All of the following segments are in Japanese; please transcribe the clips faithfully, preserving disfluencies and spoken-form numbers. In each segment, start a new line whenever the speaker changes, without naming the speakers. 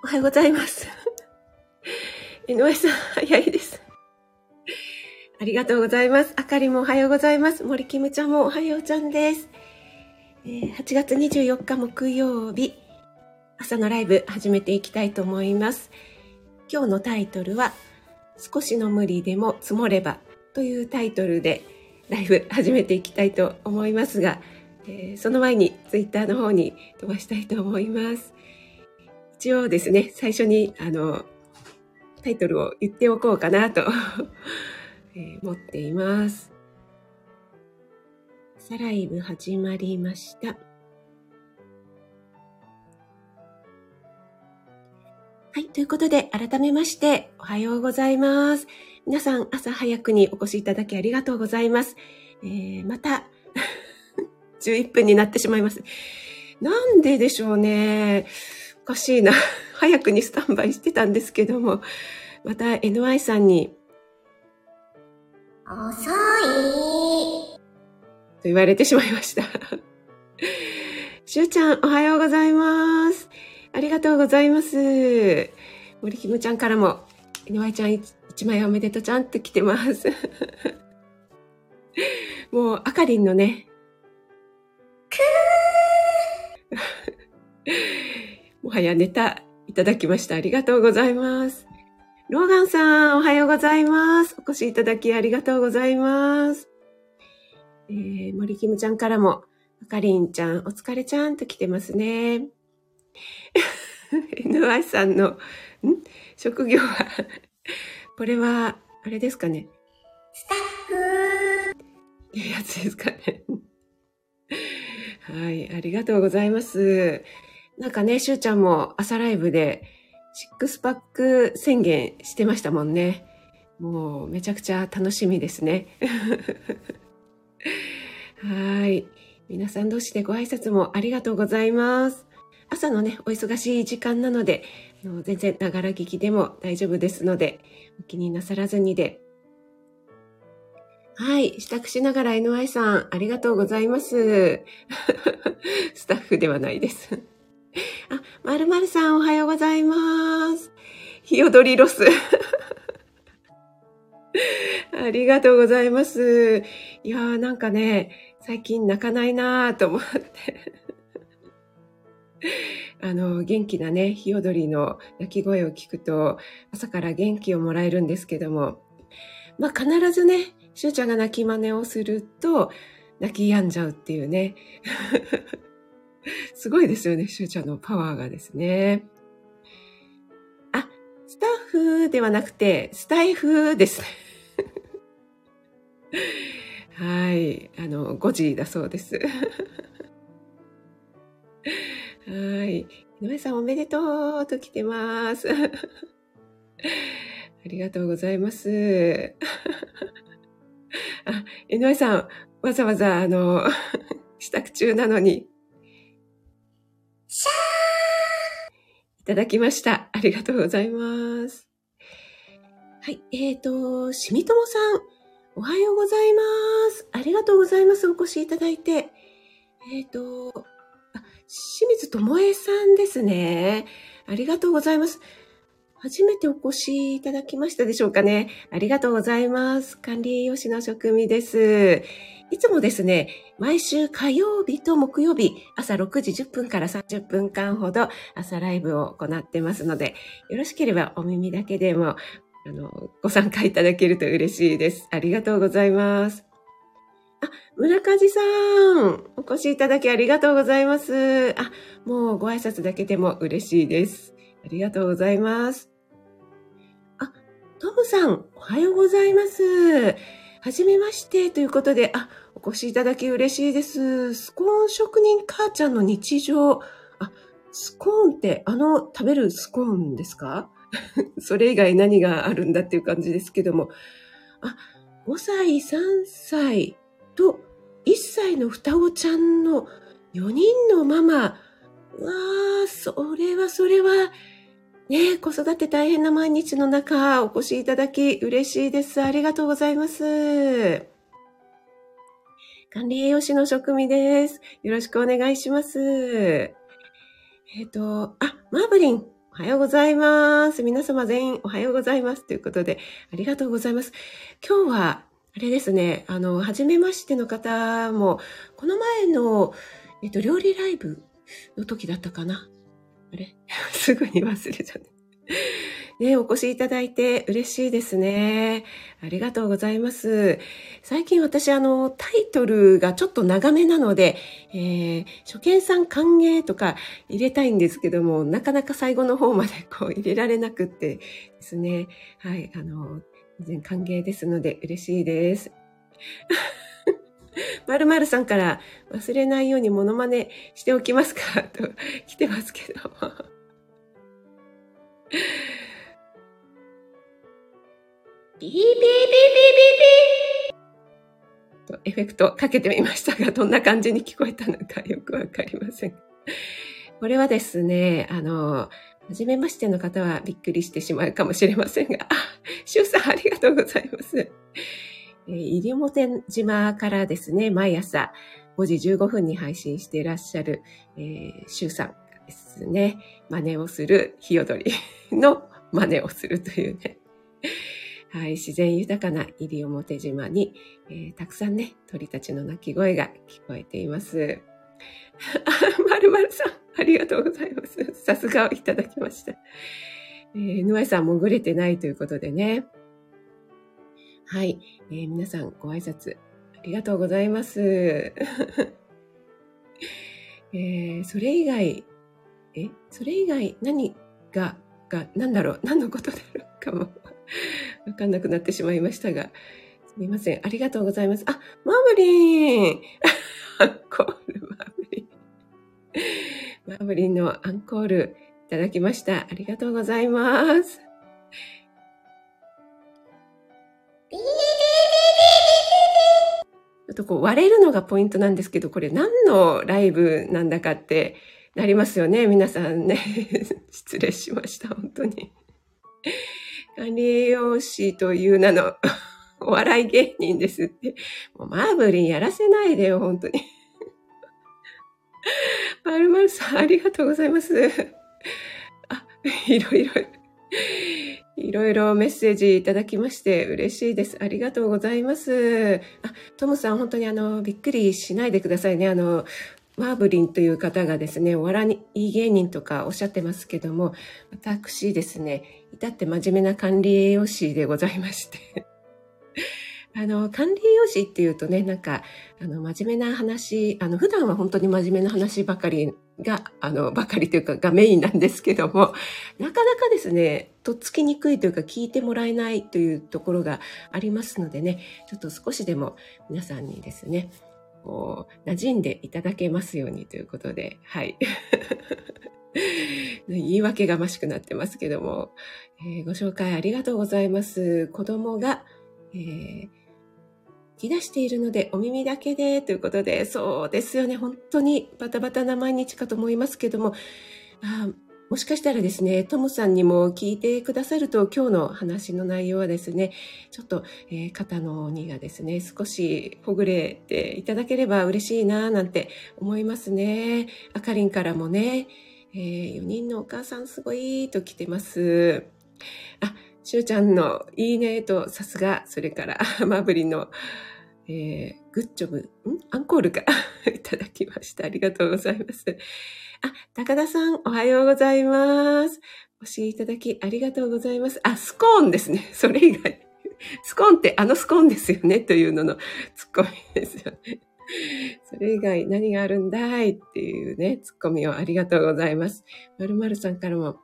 はようございます。井上さん、早いです。ありがとうございます。あかりもおはようございます。森キムちゃんもおはようちゃんです。えー、はちがつにじゅうよっか木曜日、朝のライブ始めていきたいと思います。今日のタイトルは、少しの無理でも積もればというタイトルでライブ始めていきたいと思いますが、えー、その前にツイッターの方に飛ばしたいと思います。一応ですね、最初にあのタイトルを言っておこうかなと、えー、思っています。朝ライブ始まりました。はい、ということで改めましておはようございます。皆さん朝早くにお越しいただきありがとうございます。えー、またじゅういっぷんになってしまいます。なんででしょうね。おかしいな。早くにスタンバイしてたんですけども、また エヌワイ さんに遅いと言われてしまいました。しゅうちゃんおはようございます。ありがとうございます。森キムちゃんからも エヌワイ ちゃんいちまいおめでとうちゃんって来てます。もうあかりんのね、もはやネタいただきました。ありがとうございます。ローガンさん、おはようございます。お越しいただきありがとうございます。えー、森キムちゃんからも、あかりんちゃん、お疲れちゃんと来てますね。エヌワイ さんの、ん職業は、これは、あれですかね。スタッフっていうやつですかね。はい、ありがとうございます。なんかね、しゅうちゃんも朝ライブでシックスパック宣言してましたもんね。もうめちゃくちゃ楽しみですね。はい。皆さん同士でご挨拶もありがとうございます。朝のね、お忙しい時間なので、あの全然ながら聞きでも大丈夫ですので、お気になさらずにで。はい。支度しながら エヌワイ さん、ありがとうございます。スタッフではないです。あ、まるまるさん、おはようございます。ひよどりロス。ありがとうございます。いやーなんかね、最近泣かないなーと思って。あの、元気なね、ひよどりの鳴き声を聞くと、朝から元気をもらえるんですけども、まあ、必ずね、しゅうちゃんが泣き真似をすると、泣き止んじゃうっていうね。すごいですよね、しゅうちゃんのパワーがですね。あ、スタッフではなくて、スタイフですね。はい、あの、ごじだそうです。はい。井上さんおめでとうと来てます。ありがとうございます。あ、井上さん、わざわざ、あの、支度中なのに、シャーいただきました。ありがとうございます。はい、えーと、しみともさん、おはようございます。ありがとうございます。お越しいただいて。えーと、あ、清水智恵さんですね。ありがとうございます。初めてお越しいただきましたでしょうかね。ありがとうございます。管理栄養士の職味です。いつもですね、毎週火曜日と木曜日、朝ろくじじゅっぷんからさんじゅっぷんかんほど朝ライブを行ってますので、よろしければお耳だけでも、あの、ご参加いただけると嬉しいです。ありがとうございます。あ、村梶さん、お越しいただきありがとうございます。あ、もうご挨拶だけでも嬉しいです。ありがとうございます。あ、トムさん、おはようございます。はじめましてということで、あ、お越しいただき嬉しいです。スコーン職人母ちゃんの日常。あ、スコーンってあの食べるスコーンですか？それ以外何があるんだっていう感じですけども。あ、ごさい、さんさいといっさいの双子ちゃんのよにんのママ。うわー、それはそれは、ね、子育て大変な毎日の中、お越しいただき嬉しいです。ありがとうございます。管理栄養士の職味です。よろしくお願いします。えっと、あ、マーブリン。 おはようございます。皆様全員おはようございます。ということで、ありがとうございます。今日は、あれですね、あの、初めましての方も、この前の、えっと、料理ライブの時だったかな。あれすぐに忘れちゃった。ね、お越しいただいて嬉しいですね。ありがとうございます。最近私、あの、タイトルがちょっと長めなので、えー、初見さん歓迎とか入れたいんですけども、なかなか最後の方までこう入れられなくってですね。はい、あの、全然歓迎ですので嬉しいです。まるまるさんから忘れないようにモノマネしておきますかと来てますけど。ビービービービービービーとエフェクトかけてみましたが、どんな感じに聞こえたのかよくわかりません。これはですね、あの、初めましての方はびっくりしてしまうかもしれませんが、あ、シュウさんありがとうございます。えー、西表島からですね、毎朝ごじじゅうごふんに配信していらっしゃる、えー、シュウさんがですね、真似をするヒヨドリの真似をするというね、はい、自然豊かな西表島に、えー、たくさんね、鳥たちの鳴き声が聞こえています。まるまるさん、ありがとうございます。さすがをいただきました。えー、ぬわいさん潜れてないということでね。はい、えー、皆さんご挨拶ありがとうございます。えー、それ以外、え、それ以外何が、が、なんだろう、何のことだろうかもわかんなくなってしまいましたが、すみません。ありがとうございます。あ、マーブリンアンコール、マーブリン。マーブリンのアンコールいただきました。ありがとうございます。ちょっとこう割れるのがポイントなんですけど、これ何のライブなんだかってなりますよね。皆さんね。失礼しました。本当に。管理栄養士という名のお笑い芸人ですって。もうマーブリンやらせないでよ、本当に。まるまるさん、ありがとうございます。あ、いろいろ、いろいろメッセージいただきまして嬉しいです。ありがとうございます。あ、トムさん、本当にあの、びっくりしないでくださいね。あの、マーブリンという方がですね、お笑い芸人とかおっしゃってますけども、私ですね、至って真面目な管理栄養士でございまして。あの、管理栄養士っていうとね、なんか、あの、真面目な話、あの、普段は本当に真面目な話ばかりが、あの、ばかりというか、がメインなんですけども、なかなかですね、とっつきにくいというか、聞いてもらえないというところがありますのでね、ちょっと少しでも皆さんにですね、こう、馴染んでいただけますようにということで、はい。言い訳がましくなってますけども、えー、ご紹介ありがとうございます。子供が、えー引き出しているのでお耳だけでということで、そうですよね。本当にバタバタな毎日かと思いますけども、あもしかしたらですね、トムさんにも聞いてくださると今日の話の内容はですね、ちょっと、えー、肩の荷がですね、少しほぐれていただければ嬉しいななんて思いますね。あかりんからもね、えー、よにんのお母さんすごいと来てます。あ、しゅうちゃんのいいねとさすが、それからマーブリンのえー、グッジョブ、んアンコールかいただきました。ありがとうございます。あ、高田さん、おはようございます。お越しいただきありがとうございます。あ、スコーンですね。それ以外。スコーンってあのスコーンですよねというののツッコミですよね。それ以外何があるんだいっていうね、ツッコミをありがとうございます。まるまるさんからも、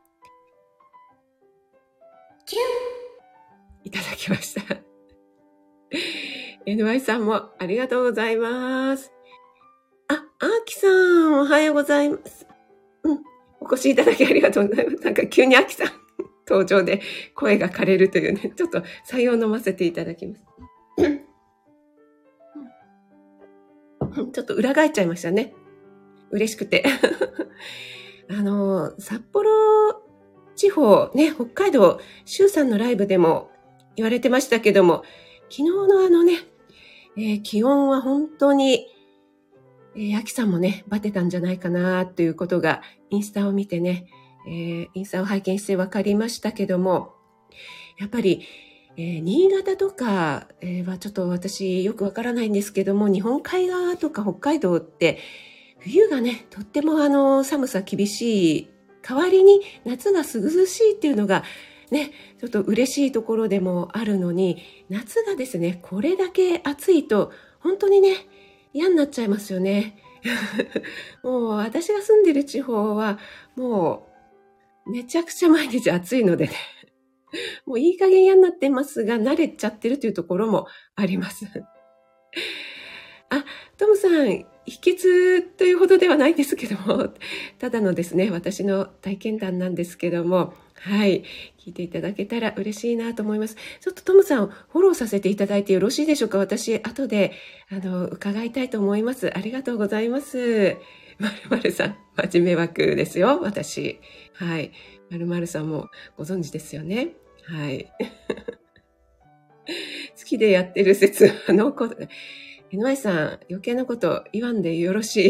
キュンいただきました。エヌワイ さんもありがとうございます。あ、アーキさん、おはようございます。うん。お越しいただきありがとうございます。なんか急にアーキさん登場で声が枯れるというね、ちょっと採用飲ませていただきます。ちょっと裏返っちゃいましたね。嬉しくて。あの、札幌地方、ね、北海道、周さんのライブでも言われてましたけども、昨日のあのね、えー、気温は本当に、えー、秋さんもね、バテたんじゃないかなということが、インスタを見てね、 えー、インスタを拝見して分かりましたけども、やっぱり、えー、新潟とか、えー、はちょっと私よくわからないんですけども、日本海側とか北海道って冬がね、とってもあの寒さ厳しい代わりに夏が涼しいっていうのがね、ちょっと嬉しいところでもあるのに、夏がですね、これだけ暑いと本当にね、嫌になっちゃいますよね。もう私が住んでる地方はもうめちゃくちゃ毎日暑いのでね、もういい加減嫌になってますが、慣れちゃってるというところもあります。あ、トムさん、秘訣というほどではないですけども、ただのですね、私の体験談なんですけども、はい、聞いていただけたら嬉しいなと思います。ちょっとトムさん、フォローさせていただいてよろしいでしょうか？私、後で、あの、伺いたいと思います。ありがとうございます。まるまるさん、真面目枠ですよ、私。はい。まるまるさんもご存知ですよね。はい。好きでやってる説はのこと、エヌワイ さん、余計なこと言わんでよろしい。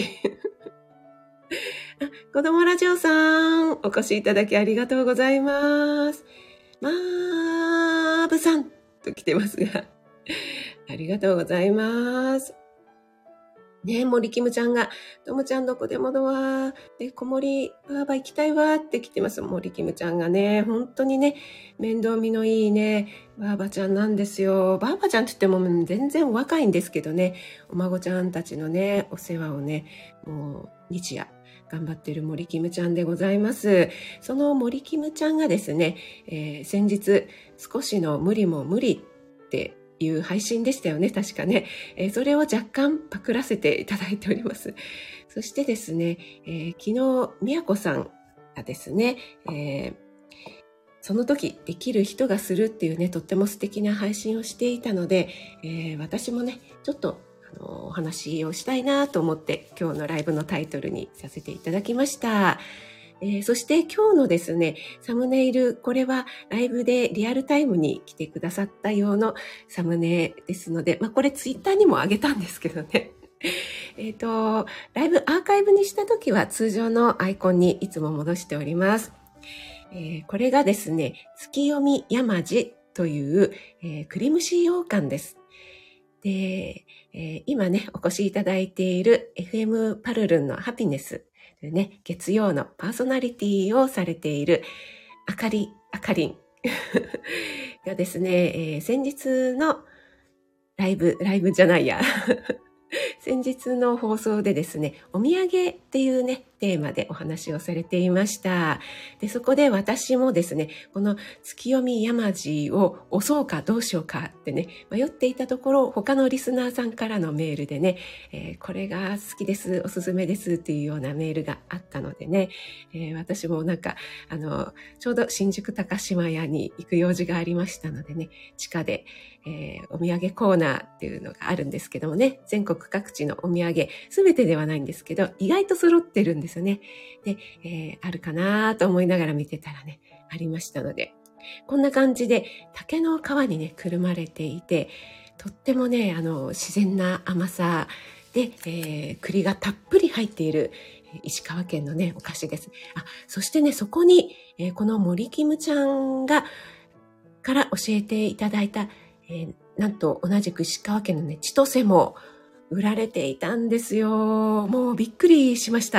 あ、子供ラジオさん、お越しいただきありがとうございます。まーぶさんと来てますが、ありがとうございます。ねえ、森キムちゃんが、ともちゃんどこでもドア、で、子守ばあば行きたいわって来てます。森キムちゃんがね、本当にね、面倒見のいいね、ばあばちゃんなんですよ。ばあばちゃんって言っても全然若いんですけどね、お孫ちゃんたちのね、お世話をね、もう日夜頑張ってる森キムちゃんでございます。その森キムちゃんがですね、えー、先日、少しの無理も無理っていう配信でしたよね、確かね。えー、それを若干パクらせていただいております。そしてですね、えー、昨日、みやこさんがですね、えー、その時できる人がするっていうね、とっても素敵な配信をしていたので、えー、私もね、ちょっとあのお話をしたいなと思って今日のライブのタイトルにさせていただきました。えー、そして今日のですね、サムネイル、これはライブでリアルタイムに来てくださった用のサムネですので、まあこれツイッターにも上げたんですけどね。えっと、ライブアーカイブにしたときは通常のアイコンにいつも戻しております。えー、これがですね、月読み山路という、えー、栗蒸し羊羹です。で、えー、今ね、お越しいただいている エフエム パルルンのハピネス。ね、月曜のパーソナリティをされているあかり、あかりんがですね、えー、先日のライブ、ライブじゃないや。先日の放送でですね、お土産っていうね、テーマでお話をされていました。で、そこで私もですね、この月読み山路を押そうかどうしようかってね、迷っていたところ、他のリスナーさんからのメールでね、えー、これが好きです、おすすめですっていうようなメールがあったのでね、えー、私もなんか、あの、ちょうど新宿高島屋に行く用事がありましたのでね、地下で、えー、お土産コーナーっていうのがあるんですけどもね、全国各地のお土産、すべてではないんですけど、意外と揃ってるんですよね。で、えー、あるかなと思いながら見てたらね、ありましたので、こんな感じで竹の皮にね、くるまれていて、とってもね、あの、自然な甘さで、えー、栗がたっぷり入っている石川県のね、お菓子です。あ、そしてね、そこに、えー、この森キムちゃんが、から教えていただいた、えー、なんと同じく石川県のね、千歳も売られていたんですよ。もうびっくりしました。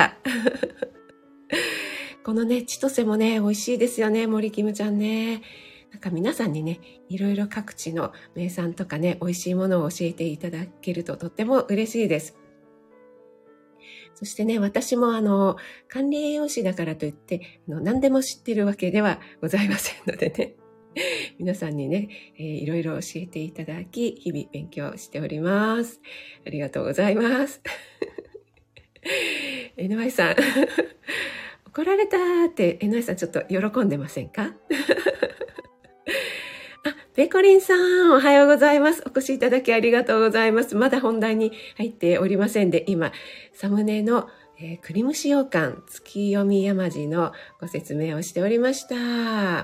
このね、千歳もね、美味しいですよね、森キムちゃんね。なんか皆さんにね、いろいろ各地の名産とかね、美味しいものを教えていただけるととっても嬉しいです。そしてね、私もあの、管理栄養士だからといって、あの何でも知ってるわけではございませんのでね。皆さんにね、えー、いろいろ教えていただき、日々勉強しております。ありがとうございます。エヌワイ さん、怒られたーって エヌワイ さんちょっと喜んでませんか？あ、ペコリンさん、おはようございます。お越しいただきありがとうございます。まだ本題に入っておりませんで、今、サムネの、えー、栗蒸し羊羹、月読み山路のご説明をしておりました。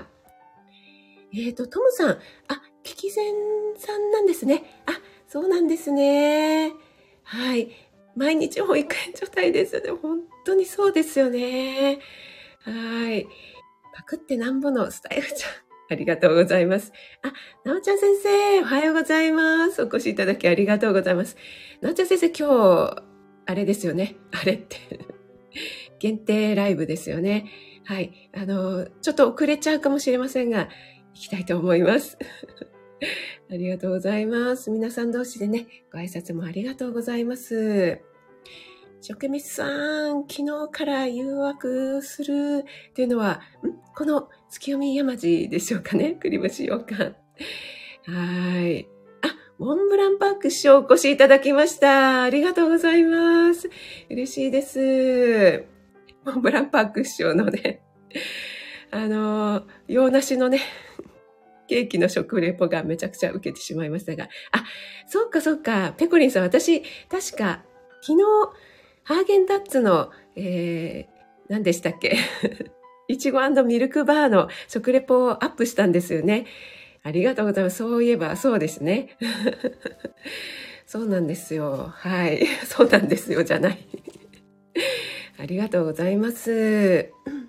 えっと、トムさん、あ、聞き膳さんなんですね。あ、そうなんですね。はい。毎日保育園状態です。でも本当にそうですよね。 はい。パクってなんぼのスタイフちゃん。ありがとうございます。あ、なおちゃん先生、おはようございます。お越しいただきありがとうございます。なおちゃん先生、今日、あれですよね。あれって。限定ライブですよね。はい。あの、ちょっと遅れちゃうかもしれませんが、行きたいと思います。ありがとうございます。皆さん同士でね、ご挨拶もありがとうございます。職味さん、昨日から誘惑するっていうのは、んこの月読み山路でしょうかね。栗干羊羹。はい。あ、モンブランパーク師匠お越しいただきました。ありがとうございます。嬉しいです。モンブランパーク師匠のね、あの、洋梨のね、ケーキの食レポがめちゃくちゃ受けてしまいましたが。あ、そうかそうか。ペコリンさん、私、確か、昨日、ハーゲンダッツの、えー、何でしたっけいちご&ミルクバーの食レポをアップしたんですよね。ありがとうございます。そういえば、そうですね。そうなんですよ。はい。そうなんですよ、じゃない。ありがとうございます。え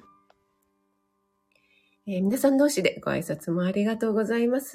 ー、皆さん同士でご挨拶もありがとうございます。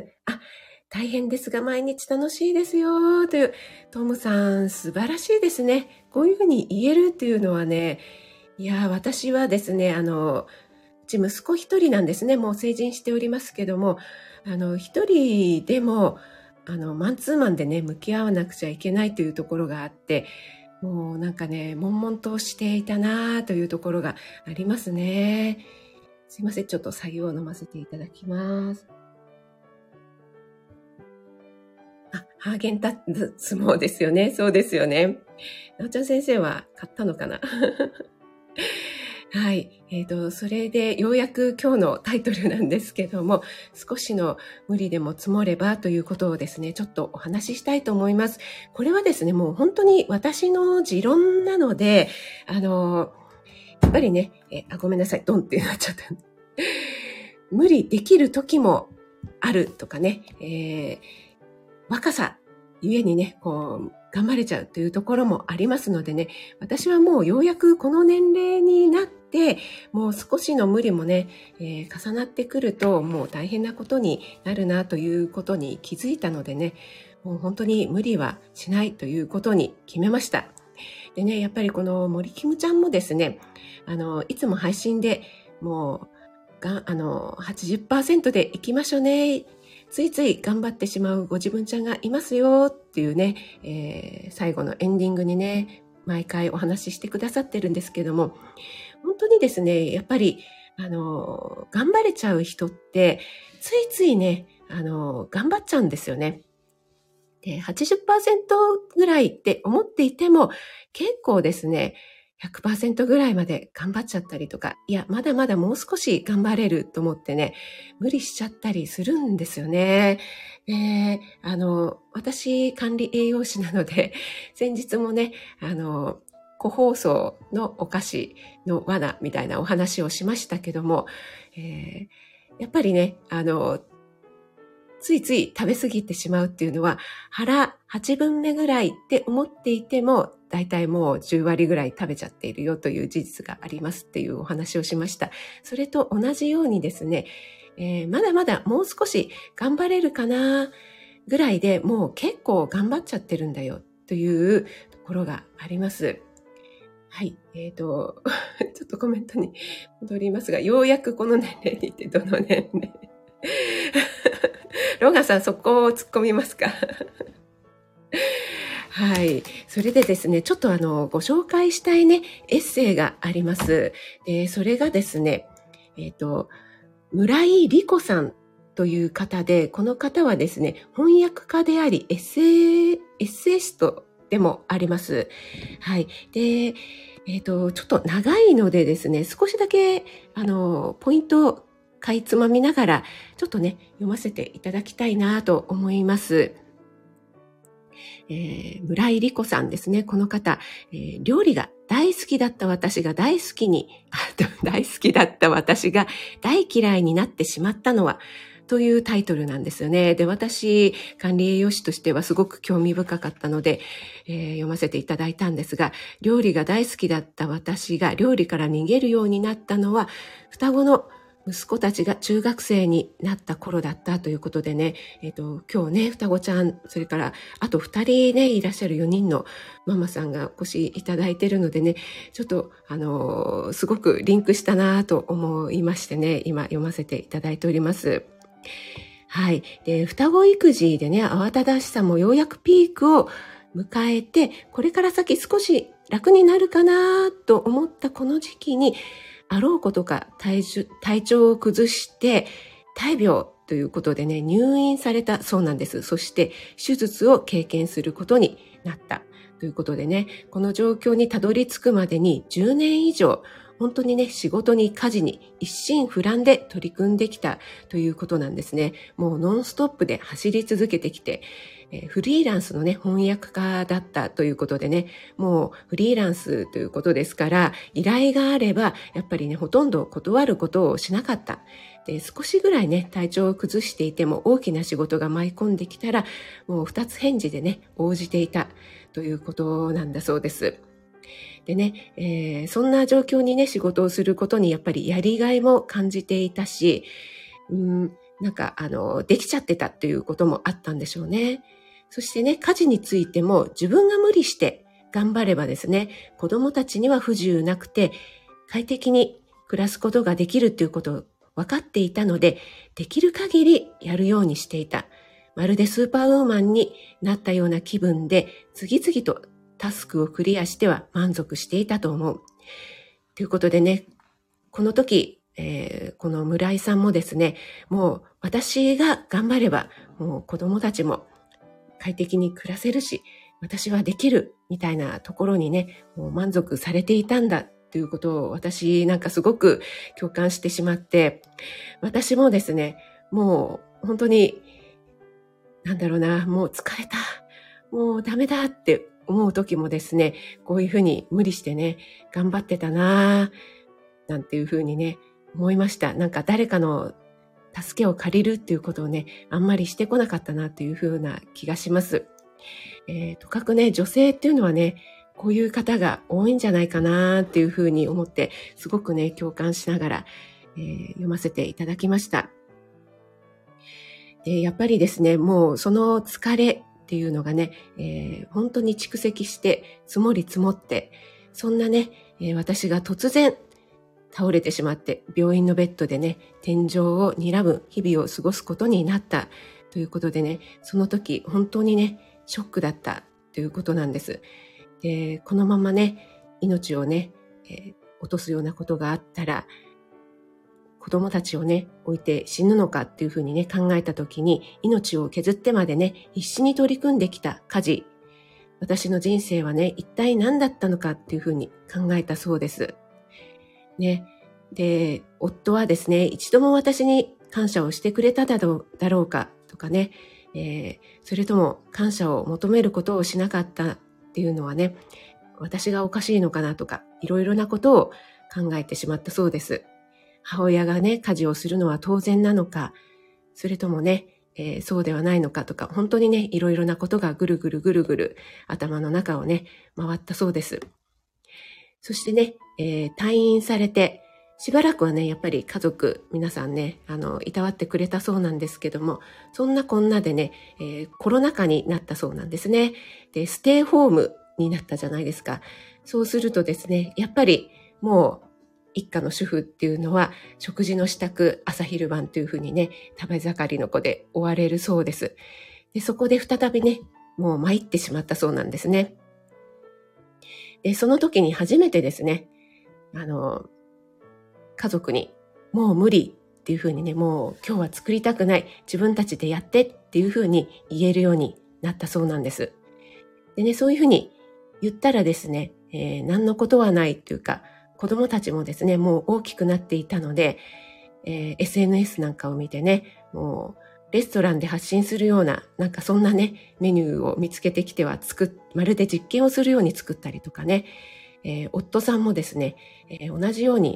あ、大変ですが毎日楽しいですよという、トムさん素晴らしいですね。こういうふうに言えるっていうのはね、いや、私はですね、あの、うち息子一人なんですね。もう成人しておりますけども、あの、一人でも、あの、マンツーマンでね、向き合わなくちゃいけないというところがあって、もうなんかね、悶々としていたなというところがありますね。すいません、ちょっと作業を飲ませていただきます。あ、ハーゲンダッツもですよね。そうですよね。なおちゃん先生は買ったのかなはい。えっと、それでようやく今日のタイトルなんですけども、少しの無理でも積もればということをですね、ちょっとお話ししたいと思います。これはですね、もう本当に私の持論なので、あの、やっぱりね、えあごめんなさい、ドンってなっちゃった。無理できる時もあるとかね、えー、若さゆえにね、こう、頑張れちゃうというところもありますのでね、私はもうようやくこの年齢になって、もう少しの無理もね、えー、重なってくると、もう大変なことになるなということに気づいたのでね、もう本当に無理はしないということに決めました。でね、やっぱりこの森キムちゃんもですね、あの、いつも配信でもう、があの、はちじゅっパーセント でいきましょうね。ついつい頑張ってしまうご自分ちゃんがいますよっていうね、えー、最後のエンディングにね、毎回お話ししてくださってるんですけども、本当にですね、やっぱり、あの、頑張れちゃう人って、ついついね、あの、頑張っちゃうんですよね。で、はちじゅっパーセント ぐらいって思っていても、結構ですね、ひゃくパーセント ぐらいまで頑張っちゃったりとか、いや、まだまだもう少し頑張れると思ってね、無理しちゃったりするんですよね。で、あの、私、管理栄養士なので、先日もね、あの、個包装のお菓子の罠みたいなお話をしましたけども、えー、やっぱりね、あの、ついつい食べ過ぎてしまうっていうのは、腹はちぶんめぐらいって思っていても、だいたいもうじゅうわりぐらい食べちゃっているよという事実がありますっていうお話をしました。それと同じようにですね、えー、まだまだもう少し頑張れるかなぐらいでもう結構頑張っちゃってるんだよというところがあります。はい。えっと、ちょっとコメントに戻りますが、ようやくこの年齢にってどの年齢ロガさん、そこを突っ込みますかはい。それでですね、ちょっとあの、ご紹介したいね、エッセイがあります。えー、それがですね、えっと、村井理子さんという方で、この方はですね、翻訳家であり、エッセイ、エッセイストでもあります。はい。で、えっと、ちょっと長いのでですね、少しだけ、あの、ポイントをかいつまみながら、ちょっとね、読ませていただきたいなと思います。えー、村井理子さんですね。この方、えー、料理が大好きだった私が大好きに、大好きだった私が大嫌いになってしまったのは、 というタイトルなんですよね。で、私、管理栄養士としてはすごく興味深かったので、えー読ませていただいたんですが、料理が大好きだった私が料理から逃げるようになったのは、双子の息子たちが中学生になった頃だったということでね、えっと、今日ね、双子ちゃん、それからあと二人ね、いらっしゃるよにんのママさんがお越しいただいているのでね、ちょっと、あのーすごくリンクしたなと思いましてね、今読ませていただいております。はい。で、双子育児でね、慌ただしさもようやくピークを迎えて、これから先少し楽になるかなと思ったこの時期に、あろうことか体重体調を崩して大病ということでね、入院されたそうなんです。そして手術を経験することになったということでね、この状況にたどり着くまでにじゅうねん以上、本当にね、仕事に家事に一心不乱で取り組んできたということなんですね。もうノンストップで走り続けてきて、えーフリーランスのね、翻訳家だったということでね、もうフリーランスということですから、依頼があれば、やっぱりね、ほとんど断ることをしなかった。で、少しぐらいね、体調を崩していても大きな仕事が舞い込んできたら、もう二つ返事でね、応じていたということなんだそうです。でね、えーそんな状況にね、仕事をすることにやっぱりやりがいも感じていたし、うん、なんか、あの、できちゃってたっていうこともあったんでしょうね。そしてね、家事についても自分が無理して頑張ればですね、子供たちには不自由なくて、快適に暮らすことができるっていうことを分かっていたので、できる限りやるようにしていた。まるでスーパーウーマンになったような気分で、次々とタスクをクリアしては満足していたと思う。ということでね、この時、えーこの村井さんもですね、もう私が頑張れば、もう子供たちも快適に暮らせるし、私はできるみたいなところにね、もう満足されていたんだということを私なんかすごく共感してしまって、私もですね、もう本当に、なんだろうな、もう疲れた、もうダメだって思う時もですね、こういうふうに無理してね、頑張ってたななんていうふうにね、思いました。なんか誰かの助けを借りるっていうことをね、あんまりしてこなかったなというふうな気がします。えーとかくね、女性っていうのはね、こういう方が多いんじゃないかなっていうふうに思って、すごくね、共感しながら、えー読ませていただきました。で、やっぱりですね、もうその疲れっていうのがね、えー本当に蓄積して積もり積もって、そんなね、えー私が突然倒れてしまって病院のベッドでね、天井を睨む日々を過ごすことになったということでね、その時本当にね、ショックだったということなんです。で、このままね、命をね、えー落とすようなことがあったら、子供たちをね、置いて死ぬのかっていうふうにね、考えた時に、命を削ってまでね、必死に取り組んできた家事、私の人生はね、一体何だったのかっていうふうに考えたそうです。ね。で、夫はですね、一度も私に感謝をしてくれただろうだろうかとかね、えーそれとも感謝を求めることをしなかったっていうのはね、私がおかしいのかなとか、いろいろなことを考えてしまったそうです。母親がね、家事をするのは当然なのか、それともね、えーそうではないのかとか、本当にね、いろいろなことがぐるぐるぐるぐる頭の中をね、回ったそうです。そしてね、えー退院されて、しばらくはね、やっぱり家族、皆さんね、あの、いたわってくれたそうなんですけども、そんなこんなでね、えーコロナ禍になったそうなんですね。で、ステイホームになったじゃないですか。そうするとですね、やっぱりもう、一家の主婦っていうのは、食事の支度、朝昼晩というふうにね、食べ盛りの子で追われるそうです。で、そこで再びね、もう参ってしまったそうなんですね。で、その時に初めてですね、あの、家族に、もう無理っていうふうにね、もう今日は作りたくない、自分たちでやってっていうふうに言えるようになったそうなんです。でね、そういうふうに言ったらですね、えー何のことはないっていうか、子供たちもですね、もう大きくなっていたので、えー エスエヌエス なんかを見てね、もうレストランで発信するような、なんかそんなね、メニューを見つけてきては作っ、まるで実験をするように作ったりとかね、えー夫さんもですね、えー同じように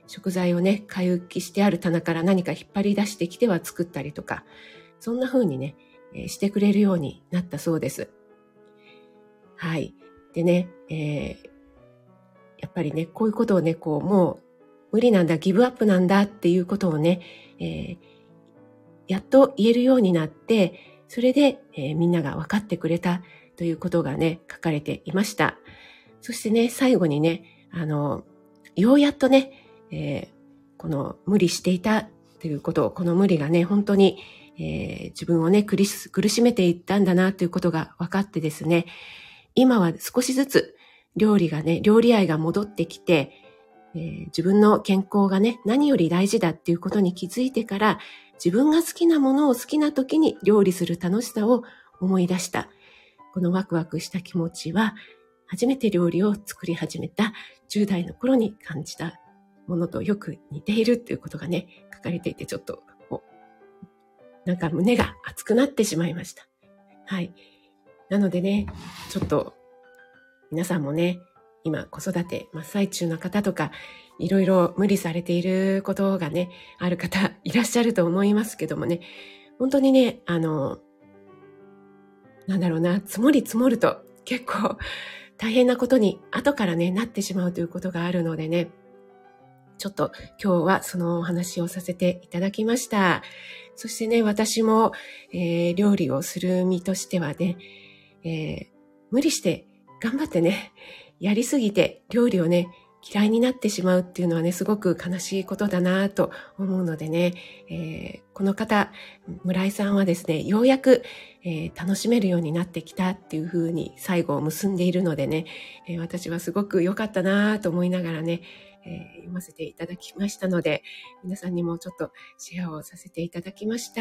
食材をね、買い置きしてある棚から何か引っ張り出してきては作ったりとか、そんな風にね、えー、してくれるようになったそうです。はい。でね、えー、やっぱりね、こういうことをね、こう、もう無理なんだ、ギブアップなんだっていうことをね、えー、やっと言えるようになって、それで、えー、みんなが分かってくれたということがね、書かれていました。そしてね、最後にね、あの、ようやっとね、えー、この無理していたということ、この無理がね、本当に、えー、自分をね、苦し、苦しめていったんだなということが分かってですね、今は少しずつ料理がね、料理愛が戻ってきて、えー、自分の健康がね、何より大事だっていうことに気づいてから、自分が好きなものを好きな時に料理する楽しさを思い出した。このワクワクした気持ちは、初めて料理を作り始めたじゅう代の頃に感じたものとよく似ているっていうことがね、書かれていて、ちょっと、なんか胸が熱くなってしまいました。はい。なのでね、ちょっと、皆さんもね、今子育て真っ最中の方とか、いろいろ無理されていることがね、ある方いらっしゃると思いますけどもね、本当にね、あの、なんだろうな、積もり積もると結構大変なことに後からね、なってしまうということがあるのでね、ちょっと今日はそのお話をさせていただきました。そしてね、私も、えー、料理をする身としてはね、えー、無理して頑張ってね、やりすぎて料理をね、嫌いになってしまうっていうのはね、すごく悲しいことだなと思うのでね、えー、この方、村井さんはですね、ようやく、えー、楽しめるようになってきたっていう風に最後を結んでいるのでね、えー、私はすごく良かったなと思いながらね、えー、読ませていただきましたので、皆さんにもちょっとシェアをさせていただきました。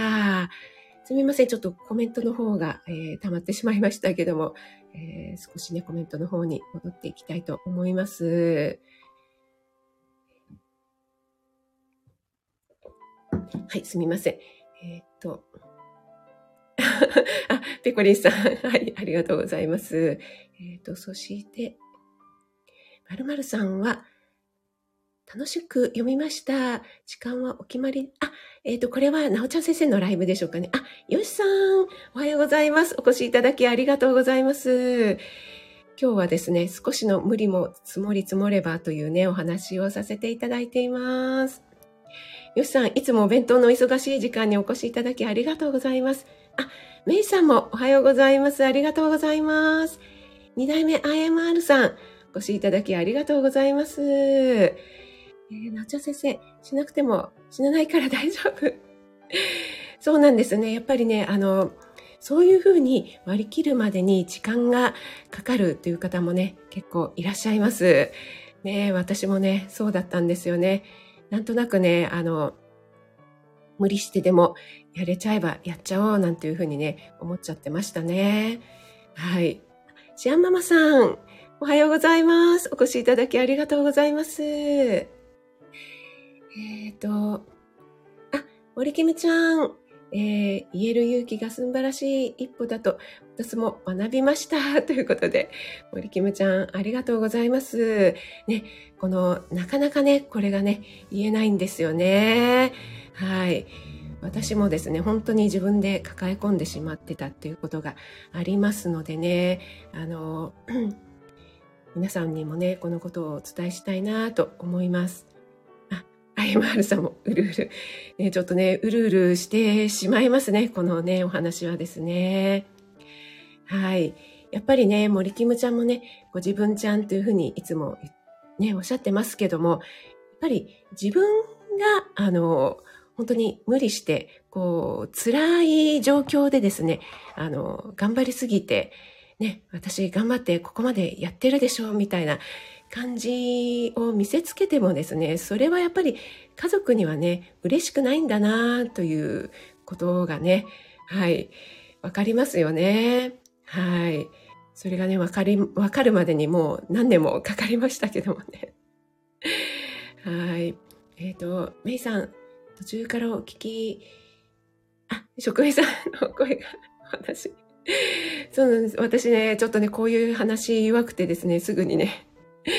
すみません、ちょっとコメントの方が、えー、溜まってしまいましたけども、えー、少しね、コメントの方に戻っていきたいと思います。はい、すみません。えー、っと、あ、ペコリンさん、はい、ありがとうございます。えー、っと、そして、まるまるさんは、楽しく読みました。時間はお決まり。あ、えっ、ー、と、これは、なおちゃん先生のライブでしょうかね。あ、よしさん、おはようございます。お越しいただきありがとうございます。今日はですね、少しの無理も積もり積もればというね、お話をさせていただいています。よしさん、いつもお弁当の忙しい時間にお越しいただきありがとうございます。あ、めいさんもおはようございます。ありがとうございます。に代目 アイエムアール さん、お越しいただきありがとうございます。えー、なおちゃん先生、しなくても死なないから大丈夫。そうなんですね。やっぱりね、あの、そういうふうに割り切るまでに時間がかかるという方もね、結構いらっしゃいます。ね、私もね、そうだったんですよね。なんとなくね、あの、無理してでもやれちゃえばやっちゃおうなんていうふうにね、思っちゃってましたね。はい。シアンママさん、おはようございます。お越しいただきありがとうございます。えっと、あ、森キムちゃん、えー、言える勇気が素晴らしい一歩だと私も学びましたということで、森キムちゃんありがとうございます。ね、このなかなかね、これがね、言えないんですよね。はい。私もですね、本当に自分で抱え込んでしまってたっていうことがありますのでね、あの、皆さんにもね、このことをお伝えしたいなと思います。あ、アイエムアール さんもうるうる、ね、ちょっとね、うるうるしてしまいますね、このね、お話はですね。はい。やっぱりね、森キムちゃんもね、ご自分ちゃんというふうにいつもね、おっしゃってますけども、やっぱり自分が、あの、本当に無理して、こう、辛い状況でですね、あの、頑張りすぎて、ね、私頑張ってここまでやってるでしょ、みたいな感じを見せつけてもですね、それはやっぱり家族にはね、嬉しくないんだな、ということがね、はい、わかりますよね。はい。それがね、わかり、わかるまでにもう何年もかかりましたけどもね。はい。えっと、メイさん、途中からお聞き、あ、職員さんの声が、私、そうなんです。私ね、ちょっとね、こういう話弱くてですね、すぐにね、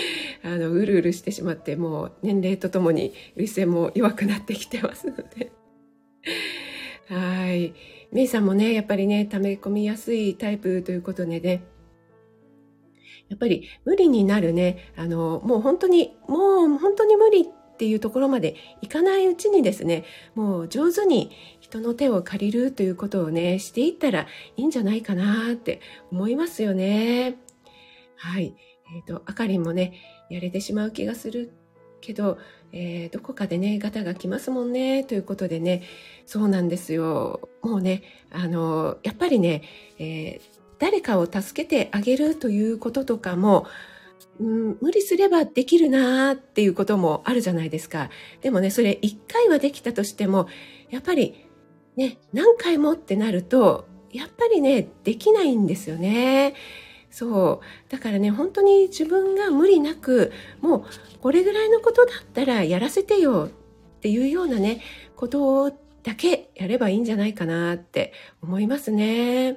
あの、うるうるしてしまって、もう年齢とともに涙腺も弱くなってきてますので。はい。メイさんもね、やっぱりね、溜め込みやすいタイプということでね、やっぱり無理になるね、あの、もう本当に、もう本当に無理っていうところまでいかないうちにですね、もう上手に人の手を借りるということをね、していったらいいんじゃないかなって思いますよね。はい。えっと、あかりんもね、やれてしまう気がするけど、えーどこかでね、ガタが来ますもんね、ということでね、そうなんですよ。もうね、あの、やっぱりね、えー誰かを助けてあげるということとかも、うん、無理すればできるなーっていうこともあるじゃないですか。でもね、それ一回はできたとしても、やっぱりね、何回もってなると、やっぱりね、できないんですよね。そう。だからね、本当に自分が無理なく、もうこれぐらいのことだったらやらせてよっていうようなね、ことだけやればいいんじゃないかなって思いますね。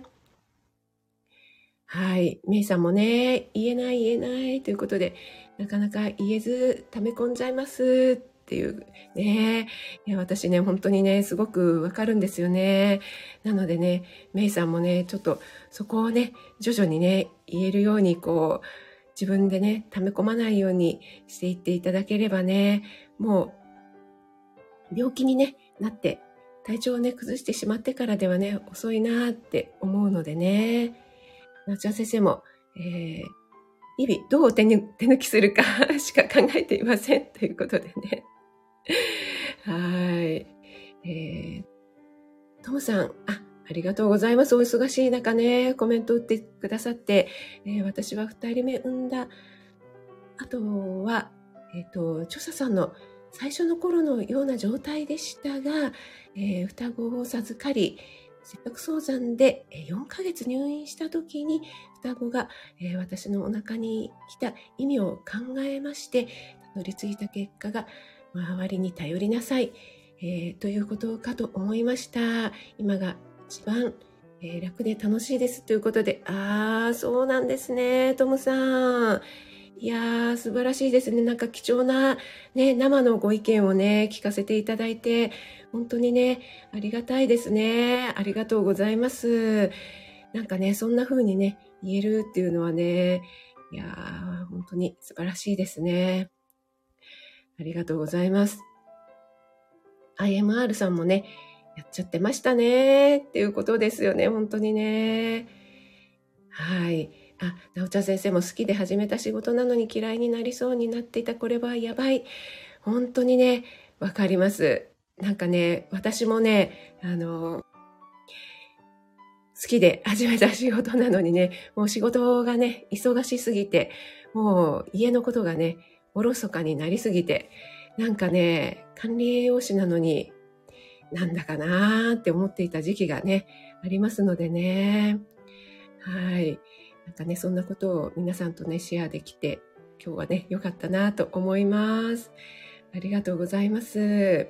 はい。メイさんもね、言えない言えないということで、なかなか言えず溜め込んじゃいますっていうね。いや、私ね、本当にね、すごくわかるんですよね。なのでね、メイさんもね、ちょっとそこをね、徐々にね、言えるようにこう、自分でね、溜め込まないようにしていっていただければね、もう病気にね、なって、体調をね、崩してしまってからではね、遅いなって思うのでね。夏代先生も、えー、日々どう手に手抜きするかしか考えていませんということでね。はい。えー、トムさん、あ、ありがとうございます。お忙しい中ね、コメント打ってくださって、えー、私は二人目産んだ後は、えっ、と、チョサさんの最初の頃のような状態でしたが、えー双子を授かり、切迫早産でえーよんかげつ入院した時に、双子が、えー私のお腹に来た意味を考えまして、たどり着いた結果が、周りに頼りなさい、えーということかと思いました。今が一番、えー楽で楽しいですということで、あー、そうなんですね、トムさん。いやー、素晴らしいですね。なんか貴重なね、生のご意見をね、聞かせていただいて、本当にね、ありがたいですね。ありがとうございます。なんかね、そんな風にね、言えるっていうのはね、いやー、本当に素晴らしいですね。ありがとうございます。アイエムアール さんもね、やっちゃってましたねっていうことですよね、本当にね。はい。あ、なおちゃん先生も好きで始めた仕事なのに嫌いになりそうになっていた。これはやばい。本当にね、わかります。なんかね、私もね、あの、好きで始めた仕事なのにね、もう仕事がね、忙しすぎて、もう家のことがね、おろそかになりすぎて、なんかね、管理栄養士なのに、なんだかなーって思っていた時期がね、ありますのでね。はい。なんかね、そんなことを皆さんとね、シェアできて、今日はね、良かったなと思います。ありがとうございます。え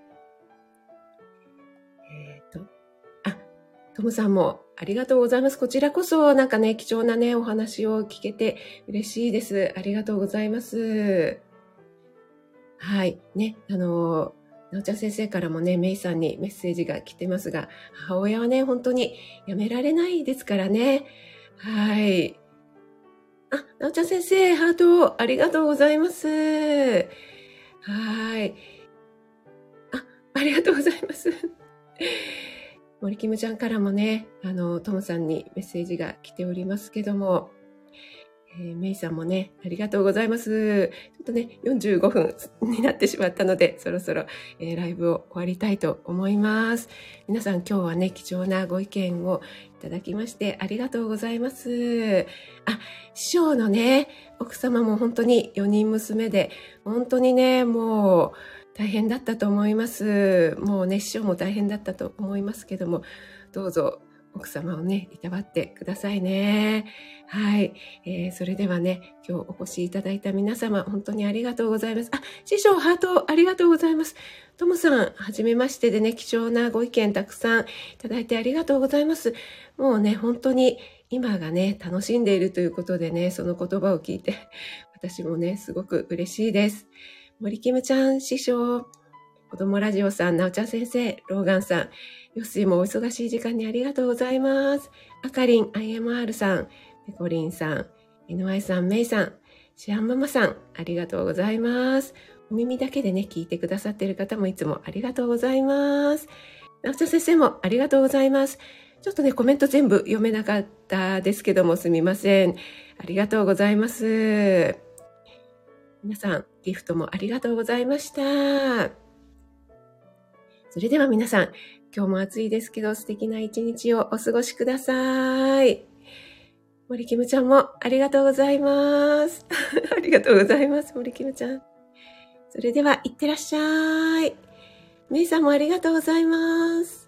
っと、あ、トムさんもありがとうございます。こちらこそ、なんかね、貴重なね、お話を聞けて嬉しいです。ありがとうございます。はい。ね、あの、なおちゃん先生からもね、メイさんにメッセージが来てますが、母親はね、本当にやめられないですからね。はい。あ、なおちゃん先生、ハートありがとうございます。はい。あ、ありがとうございます。森キムちゃんからもね、あの、トムさんにメッセージが来ておりますけども、えー、メイさんもね、ありがとうございます。ちょっとね、よんじゅうごふんになってしまったので、そろそろ、えー、ライブを終わりたいと思います。皆さん今日はね、貴重なご意見をいただきましてありがとうございます。あ、師匠のね、奥様も本当によにん娘で、本当にね、もう大変だったと思います。もうね、師匠も大変だったと思いますけども、どうぞ奥様をね、いたわってくださいね。はい、えー。それではね、今日お越しいただいた皆様、本当にありがとうございます。あ、師匠、ハートありがとうございます。ともさん、はじめましてでね、貴重なご意見たくさんいただいてありがとうございます。もうね、本当に今がね、楽しんでいるということでね、その言葉を聞いて、 私もね、すごく嬉しいです。森キムちゃん師匠、子供ラジオさん、なおちゃん先生、ローガンさん、よっしーもお忙しい時間にありがとうございます。あかりん、アイエムアール さん、ペコリンさん、エヌワイ さん、メイさん、シアンママさん、ありがとうございます。お耳だけでね、聞いてくださっている方もいつもありがとうございます。なおちゃん先生もありがとうございます。ちょっとね、コメント全部読めなかったですけども、すみません。ありがとうございます。皆さん、ギフトもありがとうございました。それでは皆さん、今日も暑いですけど素敵な一日をお過ごしください。森キムちゃんもありがとうございます。ありがとうございます、森キムちゃん。それでは、いってらっしゃい。メイさんもありがとうございます。